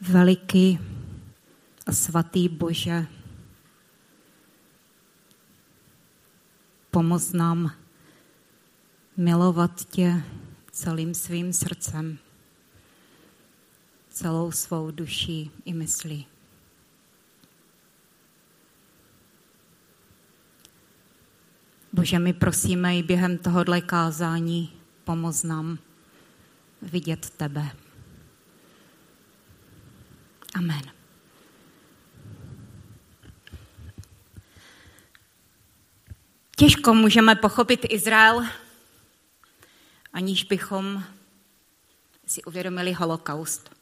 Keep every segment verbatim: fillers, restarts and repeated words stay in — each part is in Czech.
Veliký a svatý Bože, pomoz nám milovat tě celým svým srdcem, celou svou duší i myslí. Bože, my prosíme i během tohohle kázání, pomoz nám vidět tebe. Amen. Těžko můžeme pochopit Izrael, aniž bychom si uvědomili holokaust.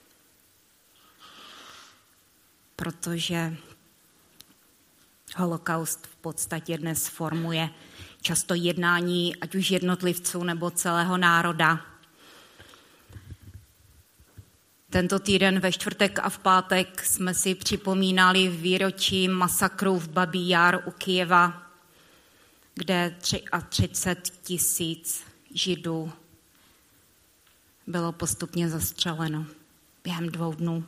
Protože holokaust v podstatě dnes formuje často jednání ať už jednotlivců nebo celého národa. Tento týden ve čtvrtek a v pátek jsme si připomínali výročí masakru v Babí Jar u Kyjeva, kde třicet tři tisíc Židů bylo postupně zastřeleno během dvou dnů.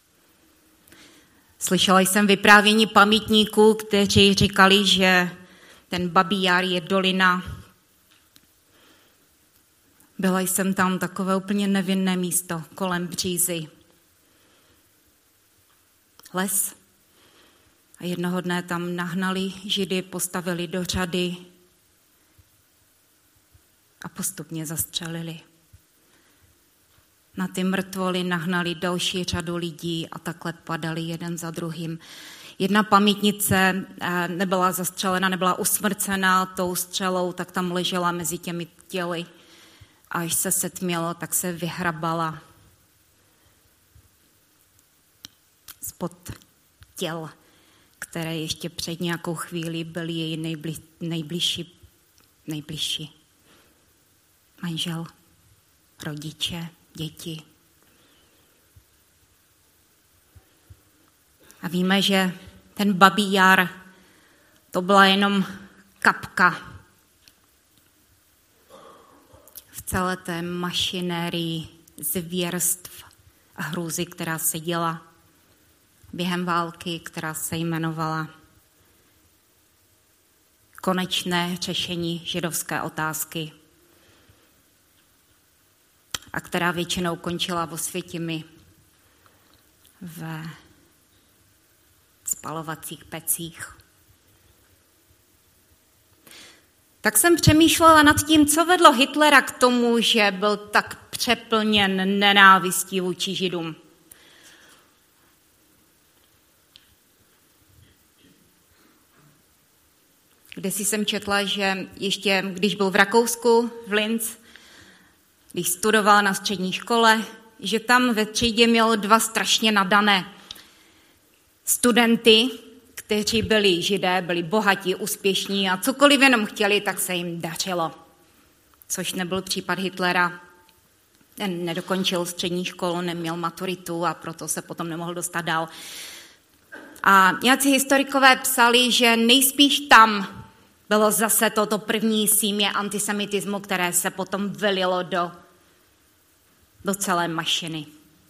Slyšela jsem vyprávění pamětníků, kteří říkali, že ten Babí Jar je dolina. Byla jsem tam, takové úplně nevinné místo kolem břízy. Les. A jednoho dne tam nahnali Židy, postavili do řady a postupně zastřelili. Na ty mrtvoly nahnali další řadu lidí a takhle padali jeden za druhým. Jedna pamětnice nebyla zastřelena, nebyla usmrcená tou střelou, tak tam ležela mezi těmi těly. A až se setmělo, tak se vyhrabala spod těl, které ještě před nějakou chvíli byly její nejbli, nejbližší, nejbližší. Manžel, rodiče, děti. A víme, že ten Babí Jar, to byla jenom kapka v celé té mašinérii zvěrstv a hrůzy, která se děla během války, která se jmenovala konečné řešení židovské otázky a která většinou končila v Osvětimi ve spalovacích pecích. Tak jsem přemýšlela nad tím, co vedlo Hitlera k tomu, že byl tak přeplněn nenávistí vůči Židům. Kdysi jsem četla, že ještě když byl v Rakousku, v Linz, když studoval na střední škole, že tam ve třídě měl dva strašně nadané studenty, kteří byli Židé, byli bohatí, úspěšní a cokoliv jenom chtěli, tak se jim dařilo. Což nebyl případ Hitlera. Ten nedokončil střední školu, neměl maturitu a proto se potom nemohl dostat dál. A nějací historikové psali, že nejspíš tam bylo zase toto první símě antisemitismu, které se potom vylilo do, do celé mašiny.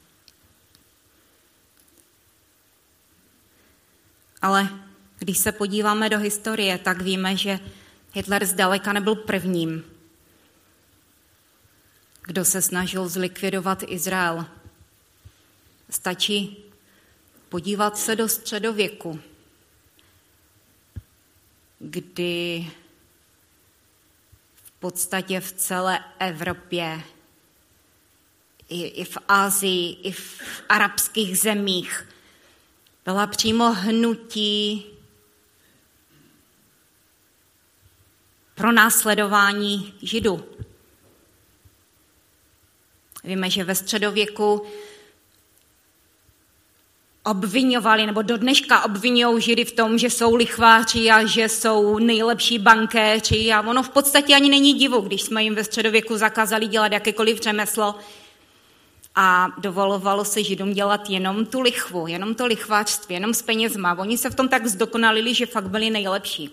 Ale když se podíváme do historie, tak víme, že Hitler zdaleka nebyl prvním, kdo se snažil zlikvidovat Izrael. Stačí podívat se do středověku, kdy v podstatě v celé Evropě, i, i v Asii, i v arabských zemích byla přímo hnutí pro následování Židů. Víme, že ve středověku obviňovali, nebo do dneška obviňují Židy v tom, že jsou lichváři a že jsou nejlepší bankéři a ono v podstatě ani není divu, když jsme jim ve středověku zakázali dělat jakékoliv řemeslo a dovolovalo se Židům dělat jenom tu lichvu, jenom to lichvářství, jenom s penězma. Oni se v tom tak zdokonalili, že fakt byli nejlepší.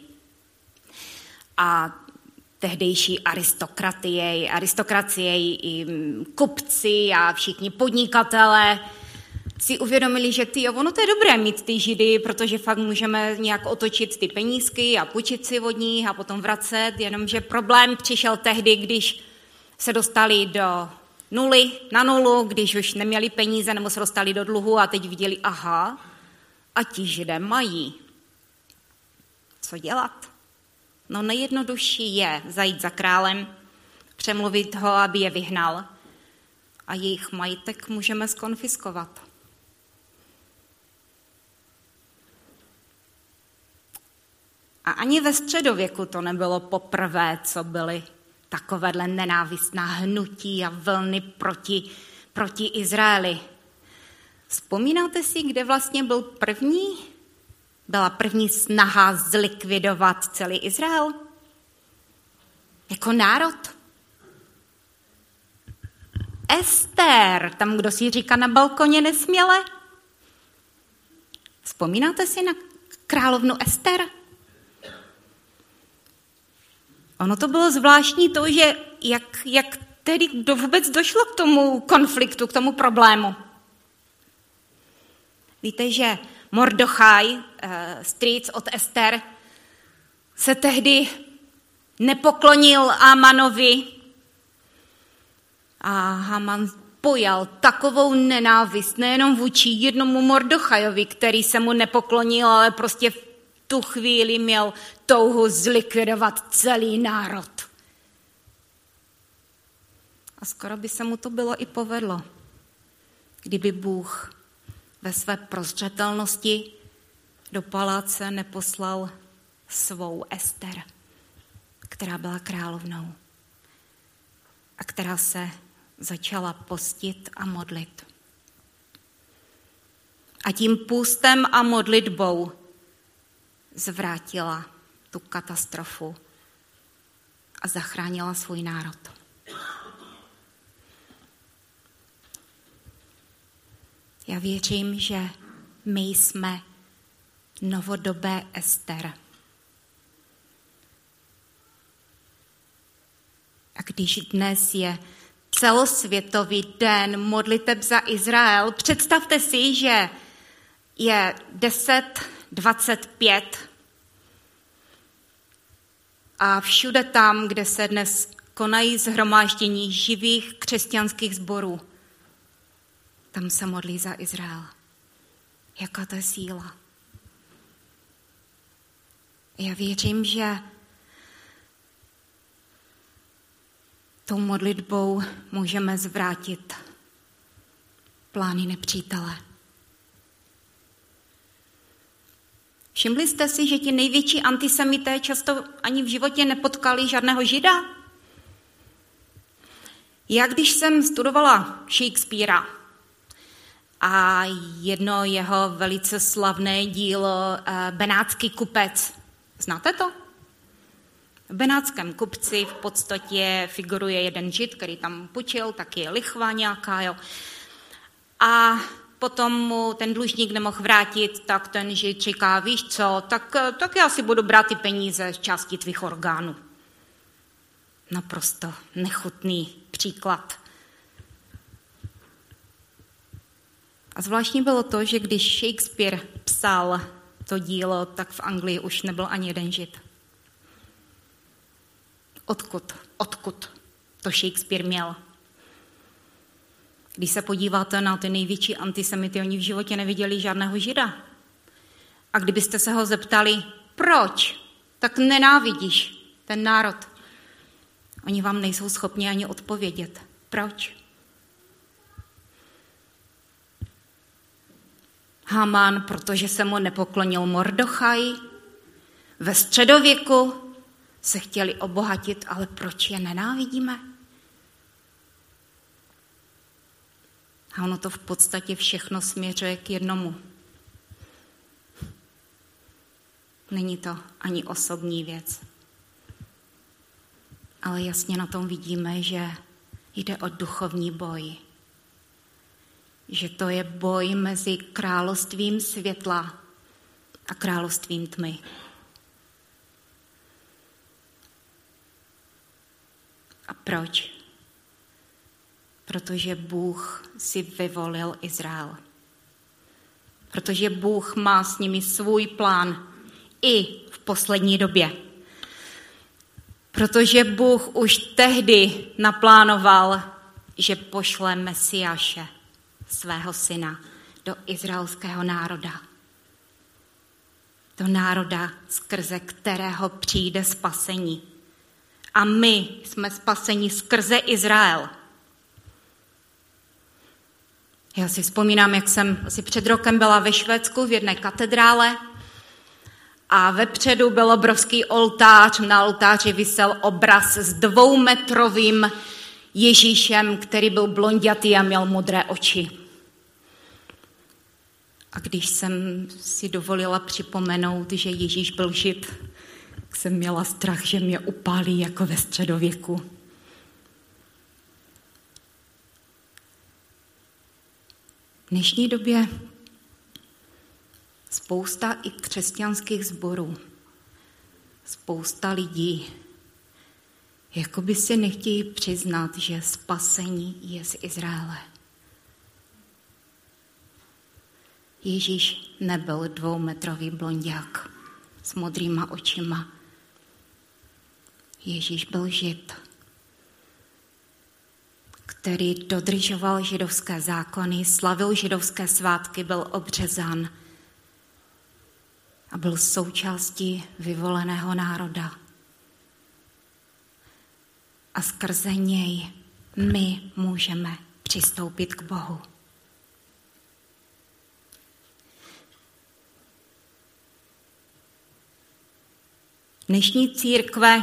A tehdejší aristokratie, aristokracie i kupci a všichni podnikatelé si uvědomili, že ty, ono to je dobré mít ty Židy, protože fakt můžeme nějak otočit ty penízky a půjčit si od nich a potom vracet, jenomže problém přišel tehdy, když se dostali do nuly, na nulu, když už neměli peníze nebo se dostali do dluhu a teď viděli, aha, a ti Židé mají. Co dělat? No nejjednodušší je zajít za králem, přemluvit ho, aby je vyhnal a jejich majetek můžeme skonfiskovat. A ani ve středověku to nebylo poprvé, co byly takovéhle nenávistná hnutí a vlny proti, proti Izraeli. Vzpomínáte si, kde vlastně byl první? Byla první snaha zlikvidovat celý Izrael? Jako národ? Ester, tam kdo si říká na balkoně nesměle? Vzpomínáte si na královnu Ester? Ono to bylo zvláštní to, že jak, jak tedy do, vůbec došlo k tomu konfliktu, k tomu problému. Víte, že Mordochaj, eh, strýc od Ester, se tehdy nepoklonil Amanovi a Haman pojal takovou nenávist nejenom vůči jednomu Mordochajovi, který se mu nepoklonil, ale prostě v tu chvíli měl touhu zlikvidovat celý národ. A skoro by se mu to bylo i povedlo, kdyby Bůh ve své prozřetelnosti do paláce neposlal svou Ester, která byla královnou a která se začala postit a modlit. A tím půstem a modlitbou zvrátila tu katastrofu a zachránila svůj národ. Já věřím, že my jsme novodobé Ester. A když dnes je celosvětový den modliteb za Izrael, představte si, že je deset dvacet pět a všude tam, kde se dnes konají shromáždění živých křesťanských sborů, tam se modlí za Izrael. Jaká to je síla. Já věřím, že tou modlitbou můžeme zvrátit plány nepřítele. Všimli jste si, že ti největší antisemité často ani v životě nepotkali žádného Žida? Já když jsem studovala Shakespearea a jedno jeho velice slavné dílo Benátský kupec, znáte to? V Benátském kupci v podstatě figuruje jeden Žid, který tam půjčil, taky lichva nějaká, jo. A potom mu ten dlužník nemohl vrátit, tak ten Žid říká, víš co, tak, tak já si budu brát ty peníze z části tvých orgánů. Naprosto nechutný příklad. A zvláštní bylo to, že když Shakespeare psal to dílo, tak v Anglii už nebyl ani jeden Žid. Odkud, odkud to Shakespeare měl? Když se podíváte na ty největší antisemity, oni v životě neviděli žádného Žida. A kdybyste se ho zeptali, proč, tak nenávidíš ten národ. Oni vám nejsou schopni ani odpovědět. Proč? Haman, protože se mu nepoklonil Mordochaj. Ve středověku se chtěli obohatit, ale proč je nenávidíme? A ono to v podstatě všechno směřuje k jednomu. Není to ani osobní věc. Ale jasně na tom vidíme, že jde o duchovní boj. Že to je boj mezi královstvím světla a královstvím tmy. A proč? Protože Bůh si vyvolil Izrael. protože Bůh má s nimi svůj plán i v poslední době. Protože Bůh už tehdy naplánoval, že pošle Mesiáše, svého syna, do izraelského národa. Do národa, skrze kterého přijde spasení. A my jsme spaseni skrze Izrael. Já si vzpomínám, jak jsem asi před rokem byla ve Švédsku v jedné katedrále a vepředu byl obrovský oltář. Na oltáři visel obraz s dvoumetrovým Ježíšem, který byl blondětý a měl modré oči. A když jsem si dovolila připomenout, že Ježíš byl Žid, tak jsem měla strach, že mě upálí jako ve středověku. V dnešní době spousta i křesťanských sborů, spousta lidí, jakoby si nechtějí přiznat, že spasení je z Izraele. Ježíš nebyl dvoumetrový blonďák s modrýma očima. Ježíš byl Žid, který dodržoval židovské zákony, slavil židovské svátky, byl obřezán a byl součástí vyvoleného národa. A skrze něj my můžeme přistoupit k Bohu. Dnešní církve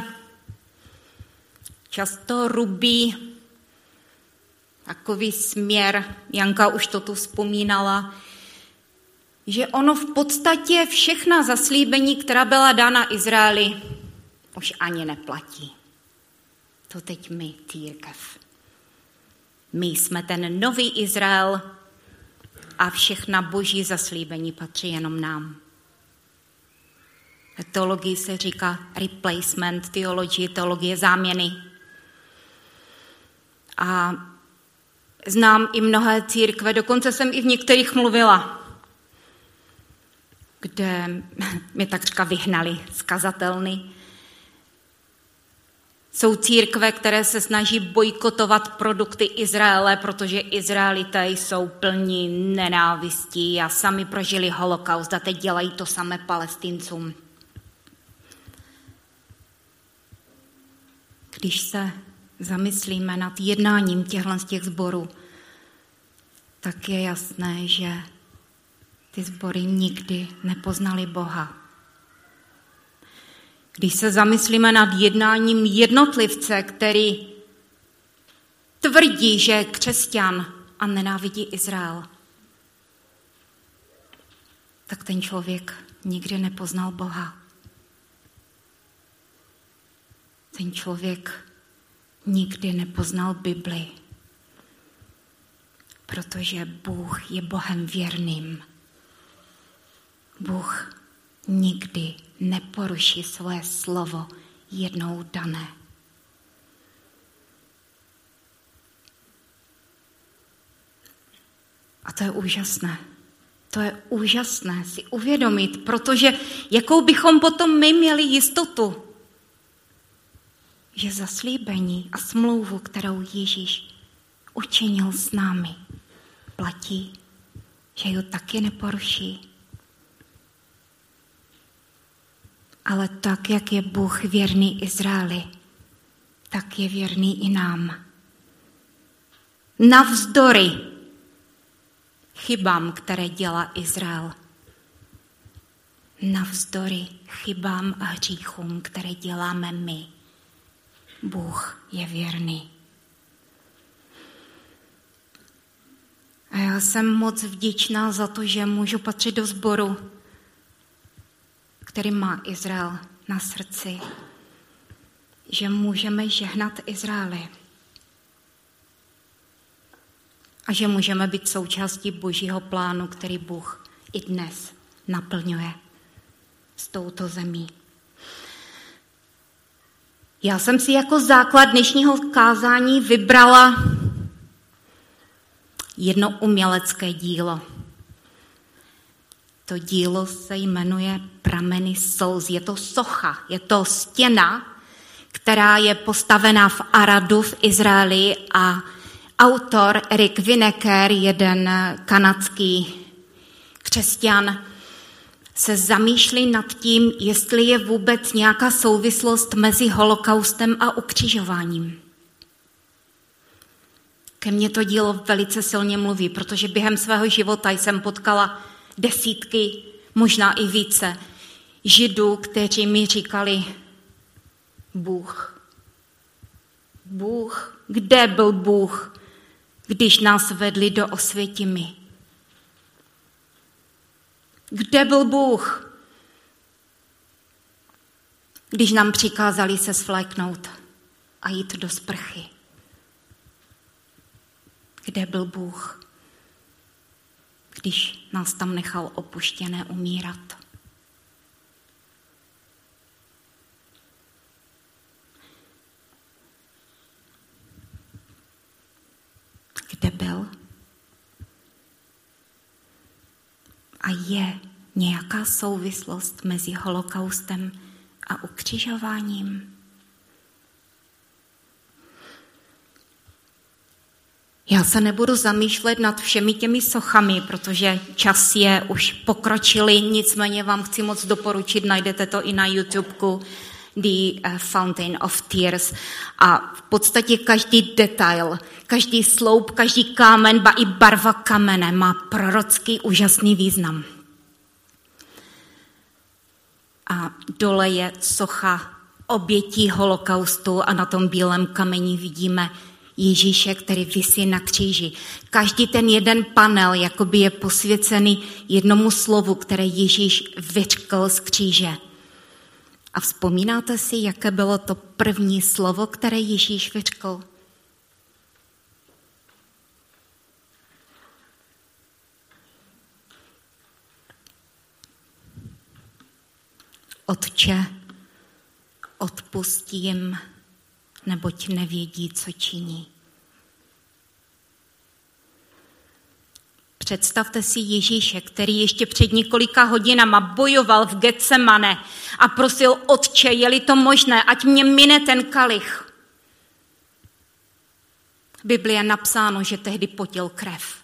často rubí takový směr, Janka už to tu vzpomínala, že ono v podstatě všechna zaslíbení, která byla dána Izraeli, už ani neplatí. To teď my, církev. My jsme ten nový Izrael a všechna boží zaslíbení patří jenom nám. V teologii se říká replacement theology, teologie záměny. A znám i mnohé církve, dokonce jsem i v některých mluvila, kde mě takřka vyhnali z kazatelny. Jsou církve, které se snaží bojkotovat produkty Izraele, protože Izraelité jsou plní nenávistí a sami prožili holokaust a teď dělají to samé Palestincům. Když se zamyslíme nad jednáním těchto z těch sborů, tak je jasné, že ty sbory nikdy nepoznali Boha. Když se zamyslíme nad jednáním jednotlivce, který tvrdí, že je křesťan a nenávidí Izrael, tak ten člověk nikdy nepoznal Boha. Ten člověk nikdy nepoznal Bibli, protože Bůh je Bohem věrným. Bůh nikdy neporuší svoje slovo jednou dané. A to je úžasné. To je úžasné si uvědomit, protože jakou bychom potom my měli jistotu, že zaslíbení a smlouvu, kterou Ježíš učinil s námi, platí, že ji taky neporuší. Ale tak, jak je Bůh věrný Izraeli, tak je věrný i nám. Navzdory chybám, které dělá Izrael. Navzdory chybám a hříchům, které děláme my. Bůh je věrný. A já jsem moc vděčná za to, že můžu patřit do sboru, který má Izrael na srdci. Že můžeme žehnat Izraeli. A že můžeme být součástí Božího plánu, který Bůh i dnes naplňuje s touto zemí. Já jsem si jako základ dnešního kázání vybrala jedno umělecké dílo. To dílo se jmenuje Prameny slz. Je to socha, je to stěna, která je postavená v Aradu v Izraeli a autor Rick Winokur, jeden kanadský křesťan, se zamýšlí nad tím, jestli je vůbec nějaká souvislost mezi holokaustem a ukřižováním. Ke mně to dílo velice silně mluví, protože během svého života jsem potkala desítky, možná i více, Židů, kteří mi říkali: Bůh, Bůh, kde byl Bůh, když nás vedli do Osvětimi? Kde byl Bůh, když nám přikázali se svléknout a jít do sprchy? Kde byl Bůh, když nás tam nechal opuštěné umírat? Kde byl? A je nějaká souvislost mezi holokaustem a ukřižováním? Já se nebudu zamýšlet nad všemi těmi sochami, protože čas je už pokročilý, nicméně vám chci moc doporučit, najdete to i na YouTubeku, The Fountain of Tears. A v podstatě každý detail, každý sloup, každý kámen, ba i barva kamene má prorocký úžasný význam. A dole je socha obětí holokaustu a na tom bílém kameni vidíme Ježíše, který visí na kříži. Každý ten jeden panel jakoby je posvěcený jednomu slovu, které Ježíš vyřkl z kříže. A vzpomínáte si, jaké bylo to první slovo, které Ježíš vyřkl? Otče, odpusť jim, neboť nevědí, co činí. Představte si Ježíše, který ještě před několika hodinama bojoval v Getsemane a prosil: Otče, je-li to možné, ať mě mine ten kalich. V Biblii je napsáno, že tehdy potil krev.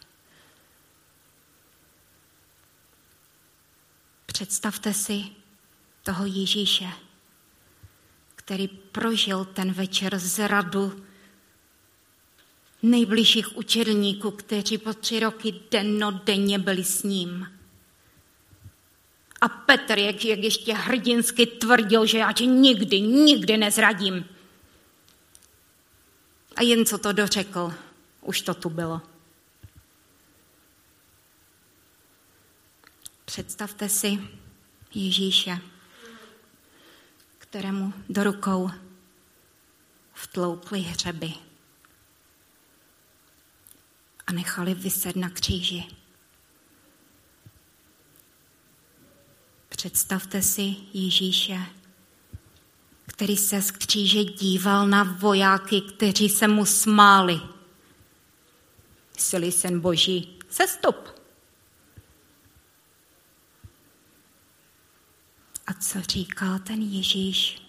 Představte si toho Ježíše, který prožil ten večer zradu nejbližších učedníků, kteří po tři roky dennodenně byli s ním. A Petr, jak, jak ještě hrdinsky tvrdil, že já tě nikdy, nikdy nezradím. A jen co to dořekl, už to tu bylo. Představte si Ježíše, kterému do rukou vtloukli hřeby a nechali viset na kříži. Představte si Ježíše, který se z kříže díval na vojáky, kteří se mu smáli. Jsi-li syn Boží, sestup. A co říkal ten Ježíš?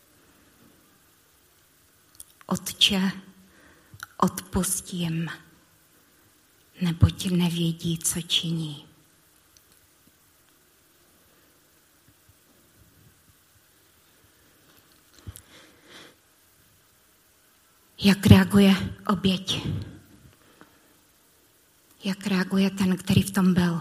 Otče, odpusť jim, neboť nevědí, co činí. Jak reaguje oběť? Jak reaguje ten, který v tom byl?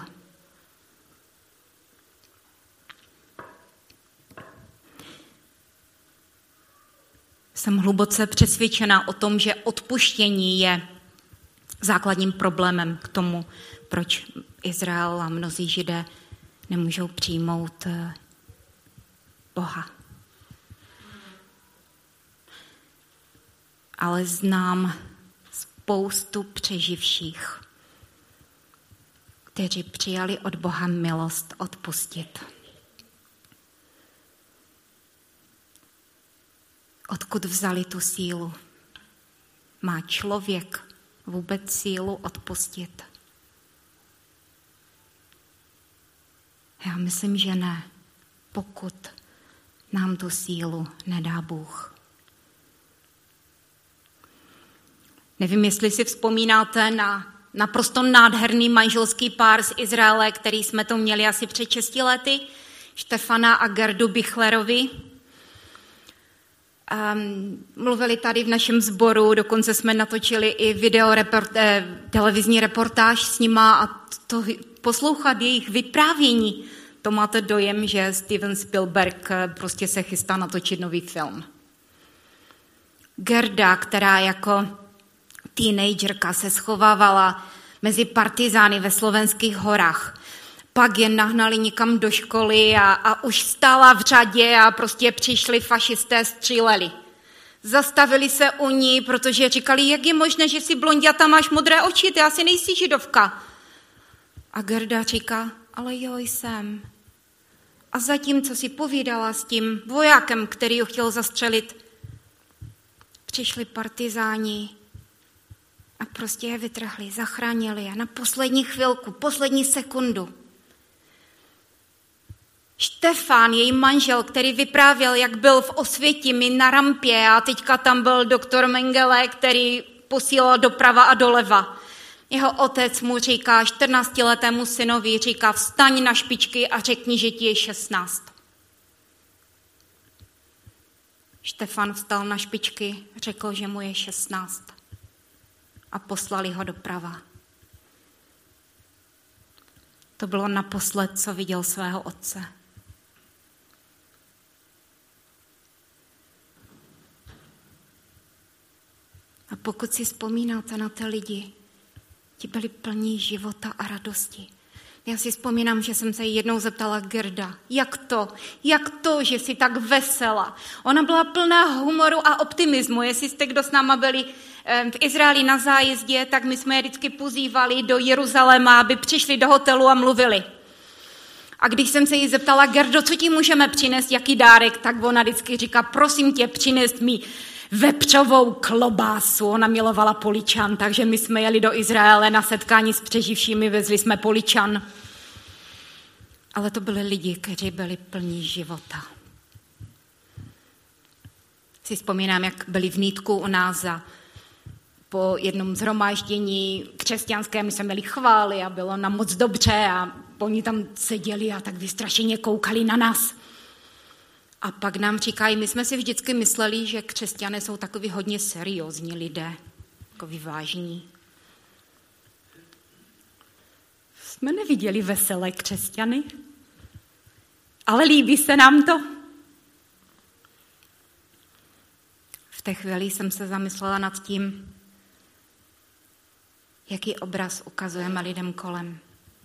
Jsem hluboce přesvědčena o tom, že odpuštění je základním problémem k tomu, proč Izrael a mnozí Židé nemůžou přijmout Boha. Ale znám spoustu přeživších, kteří přijali od Boha milost odpustit. Odkud vzali tu sílu? Má člověk vůbec sílu odpustit? Já myslím, že ne, pokud nám tu sílu nedá Bůh. Nevím, jestli si vzpomínáte na naprosto nádherný manželský pár z Izraele, který jsme to měli asi před šesti lety, Štefana a Gerdu Bichlerovi. Um, mluvili tady v našem sboru, dokonce jsme natočili i video report, eh, televizní reportáž s nima a to, poslouchat jejich vyprávění, to máte dojem, že Steven Spielberg prostě se chystá natočit nový film. Gerda, která jako teenagerka se schovávala mezi partizány ve Slovenských horách, pak je nahnali někam do školy a, a už stála v řadě a prostě přišli fašisté, stříleli. Zastavili se u ní, protože říkali, jak je možné, že si blonděta máš modré oči, ty asi nejsi židovka. A Gerda říká, ale jo, jsem. A zatímco si povídala s tím vojákem, který ho chtěl zastřelit, přišli partizáni a prostě je vytrhli, zachránili je na poslední chvilku, poslední sekundu. Štefán, její manžel, který vyprávěl, jak byl v Osvětimi na rampě a teďka tam byl doktor Mengele, který posílal doprava a doleva. Jeho otec mu říká, čtrnáctiletému synovi říká, vstaň na špičky a řekni, že ti je šestnáct. Štefan vstal na špičky, řekl, že mu je šestnáct a poslali ho doprava. To bylo naposled, co viděl svého otce. A pokud si vzpomínáte na ty lidi, ti byli plní života a radosti. Já si vzpomínám, že jsem se jednou zeptala Gerda, jak to, jak to, že jsi tak vesela. Ona byla plná humoru a optimismu. Jestli jste kdo s náma byli v Izraeli na zájezdě, tak my jsme je vždycky pozývali do Jeruzaléma, aby přišli do hotelu a mluvili. A když jsem se jí zeptala, Gerdo, co ti můžeme přinést, jaký dárek, tak ona vždycky říká, prosím tě, přinést mi vepřovou klobásu. Ona milovala poličan, takže my jsme jeli do Izraele na setkání s přeživšími, vezli jsme poličan. Ale to byli lidi, kteří byli plní života. Si vzpomínám, jak byli v Nýtku u nás a po jednom shromáždění křesťanské my jsme měli chvály a bylo nám moc dobře a oni tam seděli a tak vystrašeně koukali na nás. A pak nám říkají, my jsme si vždycky mysleli, že křesťané jsou takový hodně seriózní lidé, takový vážní. Jsme neviděli veselé křesťany, ale líbí se nám to. V té chvíli jsem se zamyslela nad tím, jaký obraz ukazujeme lidem kolem.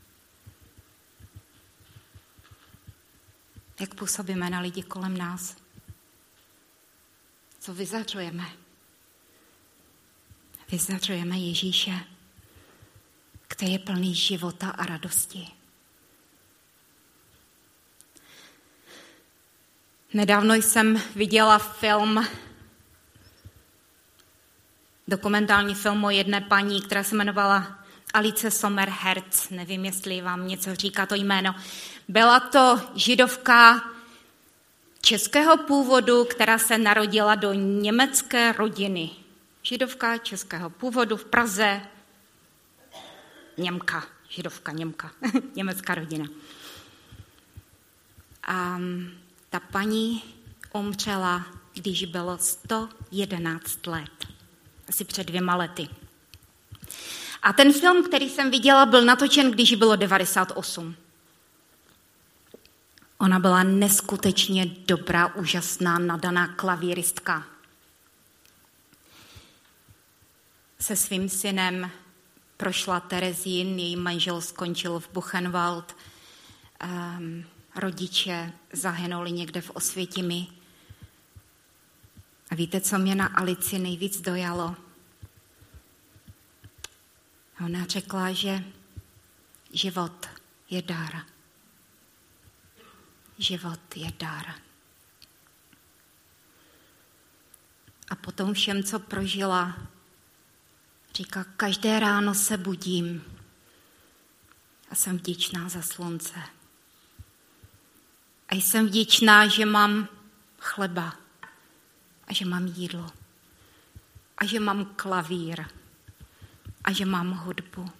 Jak působíme na lidi kolem nás. Co vyzařujeme? Vyzařujeme Ježíše, který je plný života a radosti. Nedávno jsem viděla film, dokumentální film o jedné paní, která se jmenovala Alice Sommerherz. Nevím, jestli vám něco říká to jméno. Byla to židovka českého původu, která se narodila do německé rodiny. Židovka českého původu v Praze, Němka, židovka, Němka, německá rodina. A ta paní umřela, když bylo sto jedenáct let, asi před dvěma lety. A ten film, který jsem viděla, byl natočen, když jí bylo devadesát osm. Ona byla neskutečně dobrá, úžasná, nadaná klavíristka. Se svým synem prošla Terezín, její manžel skončil v Buchenwald, um, rodiče zahynuli někde v Osvětimi. A víte, co mě na Alici nejvíc dojalo? Ona řekla, že život je dar. Život je dar. A potom všem, co prožila, říká, každé ráno se budím a jsem vděčná za slunce. A jsem vděčná, že mám chleba a že mám jídlo a že mám klavír a že mám hudbu.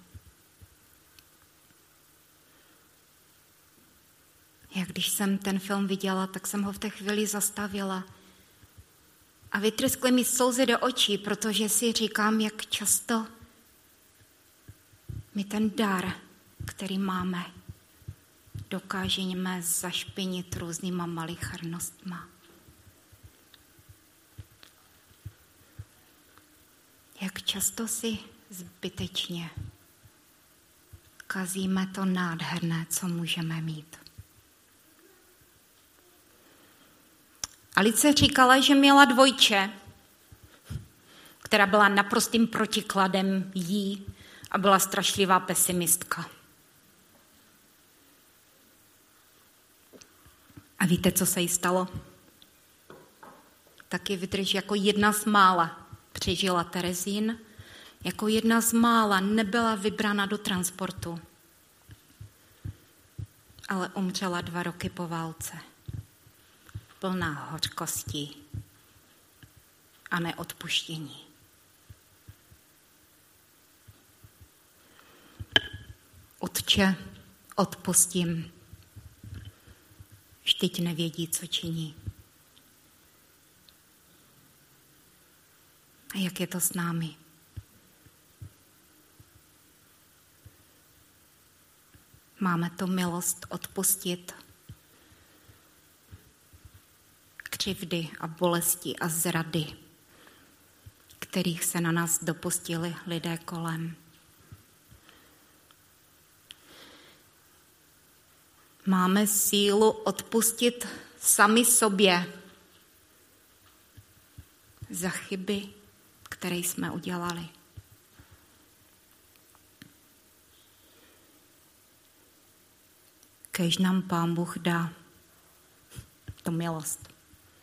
Jak když jsem ten film viděla, tak jsem ho v té chvíli zastavila a vytryskly mi slzy do očí, protože si říkám, jak často my ten dar, který máme, dokážeme zašpinit různýma malicharnostma. Jak často si zbytečně kazíme to nádherné, co můžeme mít. Alice říkala, že měla dvojče, která byla naprostým protikladem jí a byla strašlivá pesimistka. A víte, co se jí stalo? Taky vydrž jako jedna z mála přežila Terezín, jako jedna z mála nebyla vybrána do transportu, ale umřela dva roky po válce. Plná hořkosti a neodpuštění. Otče, odpustím. Vždyť nevědí, co činí. A jak je to s námi? Máme tu milost odpustit křivdy a bolesti a zrady, kterých se na nás dopustili lidé kolem. Máme sílu odpustit sami sobě za chyby, které jsme udělali. Kéž nám Pán Bůh dá tu milost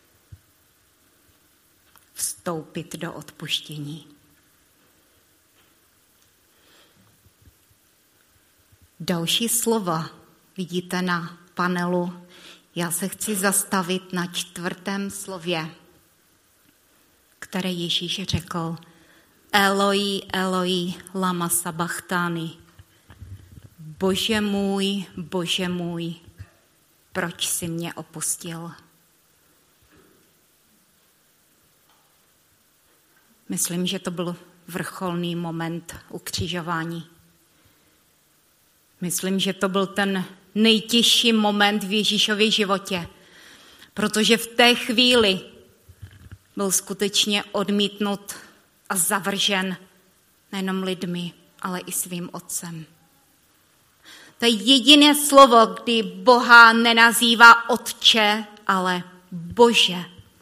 vstoupit do odpuštění. Další slova vidíte na panelu. Já se chci zastavit na čtvrtém slově, které Ježíš řekl. Eloi, Eloi, lama sabachthani. Bože můj, Bože můj, proč jsi mě opustil? Myslím, že to byl vrcholný moment ukřižování. Myslím, že to byl ten nejtěžší moment v Ježíšově životě, protože v té chvíli byl skutečně odmítnut a zavržen nejenom lidmi, ale i svým otcem. To je jediné slovo, kdy Boha nenazývá Otče, ale Bože.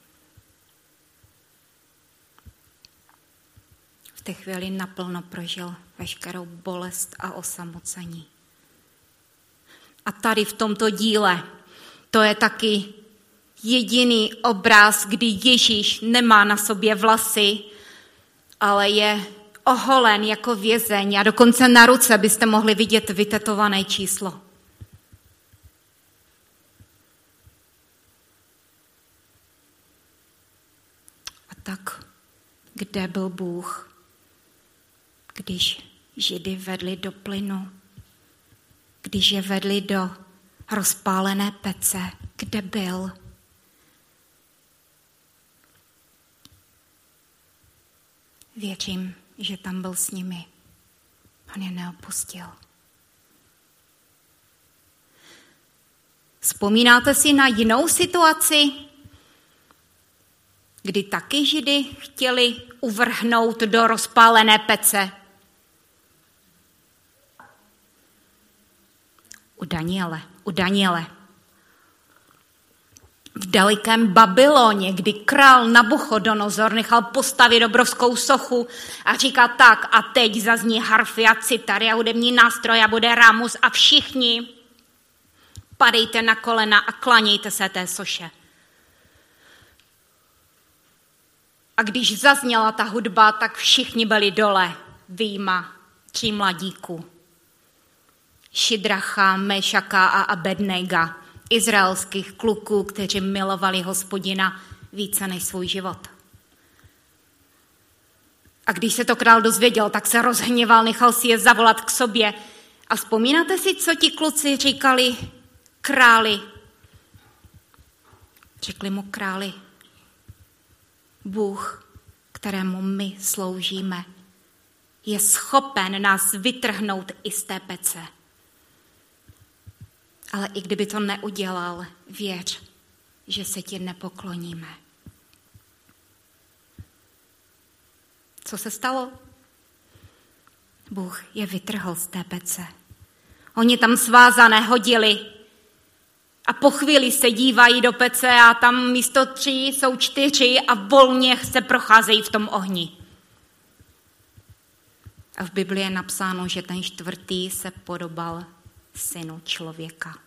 V té chvíli naplno prožil veškerou bolest a osamocení. A tady v tomto díle to je taky jediný obraz, kdy Ježíš nemá na sobě vlasy, ale je oholen jako vězeň a dokonce na ruce byste mohli vidět vytetované číslo. A tak, kde byl Bůh, když Židy vedli do plynu, když je vedli do rozpálené pece, kde byl? Věřím, že tam byl s nimi. On je neopustil. Vzpomínáte si na jinou situaci, kdy taky Židy chtěli uvrhnout do rozpálené pece? U Daniele, u Daniele. V dalekém Babyloně, kdy král Nabuchodonozor nechal postavit obrovskou sochu a říká tak, a teď zazní harfy a citary a hudební nástroj a bude rámus a všichni padejte na kolena a klanějte se té soše. A když zazněla ta hudba, tak všichni byli dole, vyjma tří mladíků. Šidracha, Mešaka a Abednega. izraelských kluků, kteří milovali Hospodina více než svůj život. A když se to král dozvěděl, tak se rozhněval, nechal si je zavolat k sobě. A vzpomínáte si, co ti kluci říkali králi? Řekli mu králi, Bůh, kterému my sloužíme, je schopen nás vytrhnout i z té pece. Ale i kdyby to neudělal, věř, že se ti nepokloníme. Co se stalo? Bůh je vytrhl z té pece. Oni tam svázané hodili a po chvíli se dívají do pece a tam místo tří jsou čtyři a volně se procházejí v tom ohni. A v Biblii je napsáno, že ten čtvrtý se podobal synu člověka.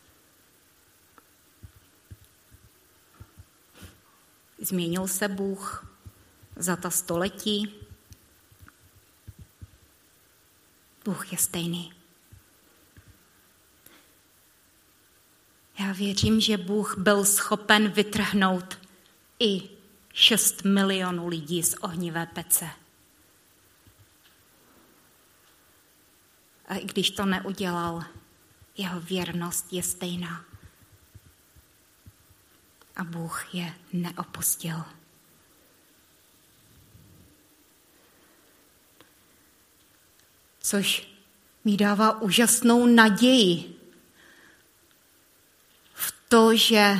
Změnil se Bůh za ta století? Bůh je stejný. Já věřím, že Bůh byl schopen vytrhnout i šest milionů lidí z ohnivé pece. A i když to neudělal, jeho věrnost je stejná. A Bůh je neopustil. Což mi dává úžasnou naději v to, že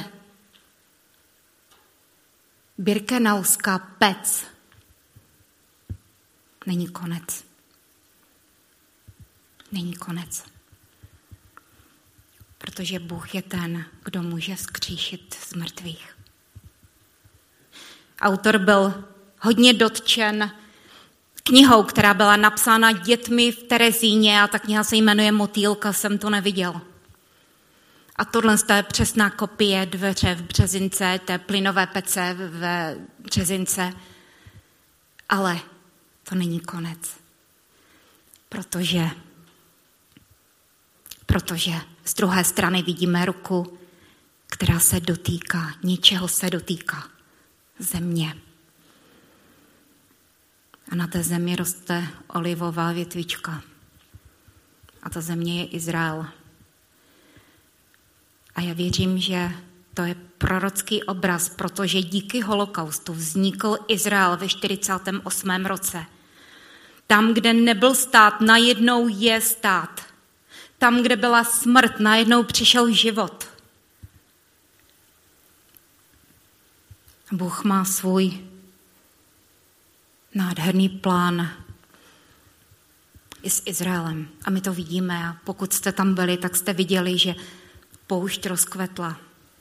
birkenauská pec není konec. Není konec. Protože Bůh je ten, kdo může vzkříšit z mrtvých. Autor byl hodně dotčen knihou, která byla napsána dětmi v Terezíně a ta kniha se jmenuje Motýlka, jsem to neviděl. A tohle je přesná kopie dveře v Březince, té plynové pece v Březince. Ale to není konec. Protože, protože z druhé strany vidíme ruku, která se dotýká, něčeho se dotýká. Země. A na té zemi roste olivová větvička. A ta země je Izrael. A já věřím, že to je prorocký obraz, protože díky holokaustu vznikl Izrael ve čtyřicátém osmém roce. Tam, kde nebyl stát, najednou je stát. Tam, kde byla smrt, najednou přišel život. Bůh má svůj nádherný plán i s Izraelem. A my to vidíme. A pokud jste tam byli, tak jste viděli, že poušť rozkvetla.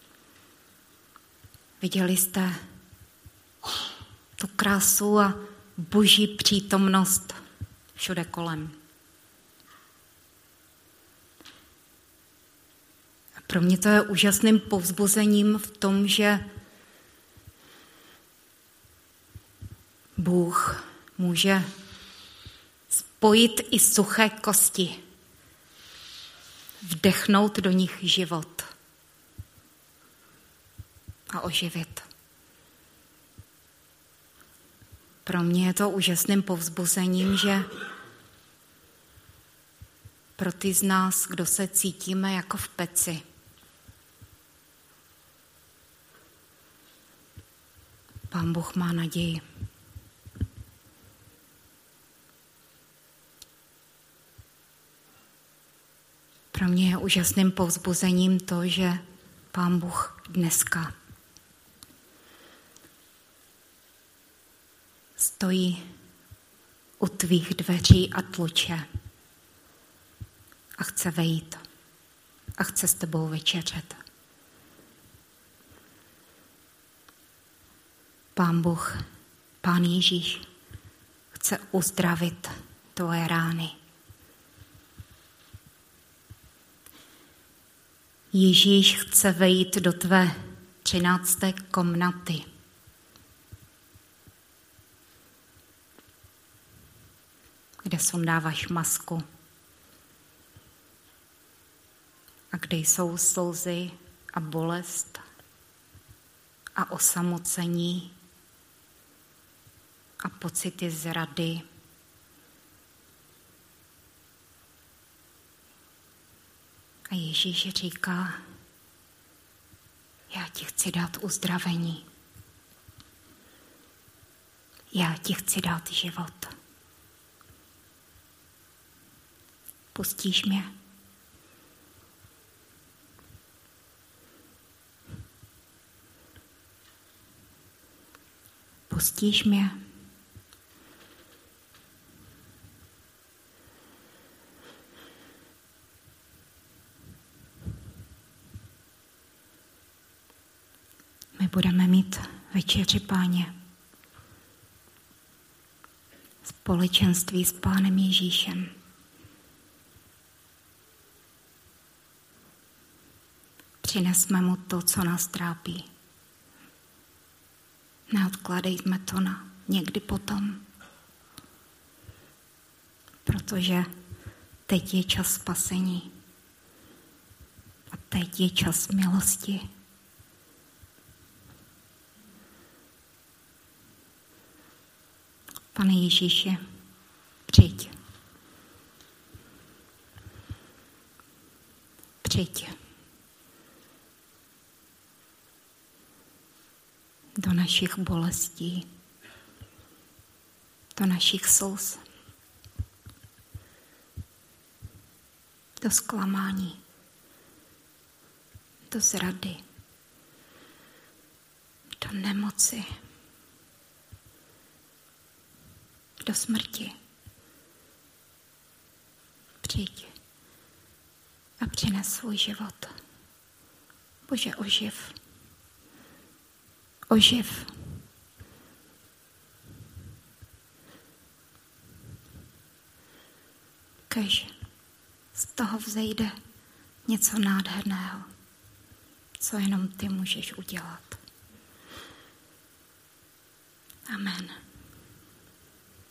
Viděli jste tu krásu a boží přítomnost všude kolem. A pro mě to je úžasným povzbuzením v tom, že Bůh může spojit i suché kosti, vdechnout do nich život a oživit. Pro mě je to úžasným povzbuzením, že pro ty z nás, kdo se cítíme jako v peci, Pán Bůh má naději. Pro mě je úžasným povzbuzením to, že Pán Bůh dneska stojí u tvých dveří a tluče a chce vejít a chce s tebou večeřet. Pán Bůh, Pán Ježíš chce uzdravit tvoje rány. Ježíš chce vejít do tvé třinácté komnaty. Kde sundáváš masku a kde jsou slzy a bolest a osamocení a pocity zrady. A Ježíš říká, já ti chci dát uzdravení. Já ti chci dát život. Pustíš mě? Pustíš mě? My budeme mít večeři Páně. Společenství s Pánem Ježíšem. Přinesme mu to, co nás trápí. Neodkládejme to na někdy potom. Protože teď je čas spasení. A teď je čas milosti. Pane Ježíši, přijď. Přijď. Do našich bolestí, do našich slz, do zklamání, do zrady, do nemoci, do smrti. Přijď a přines svůj život. Bože, oživ. Oživ. Kež z toho vzejde něco nádherného, co jenom ty můžeš udělat. Amen.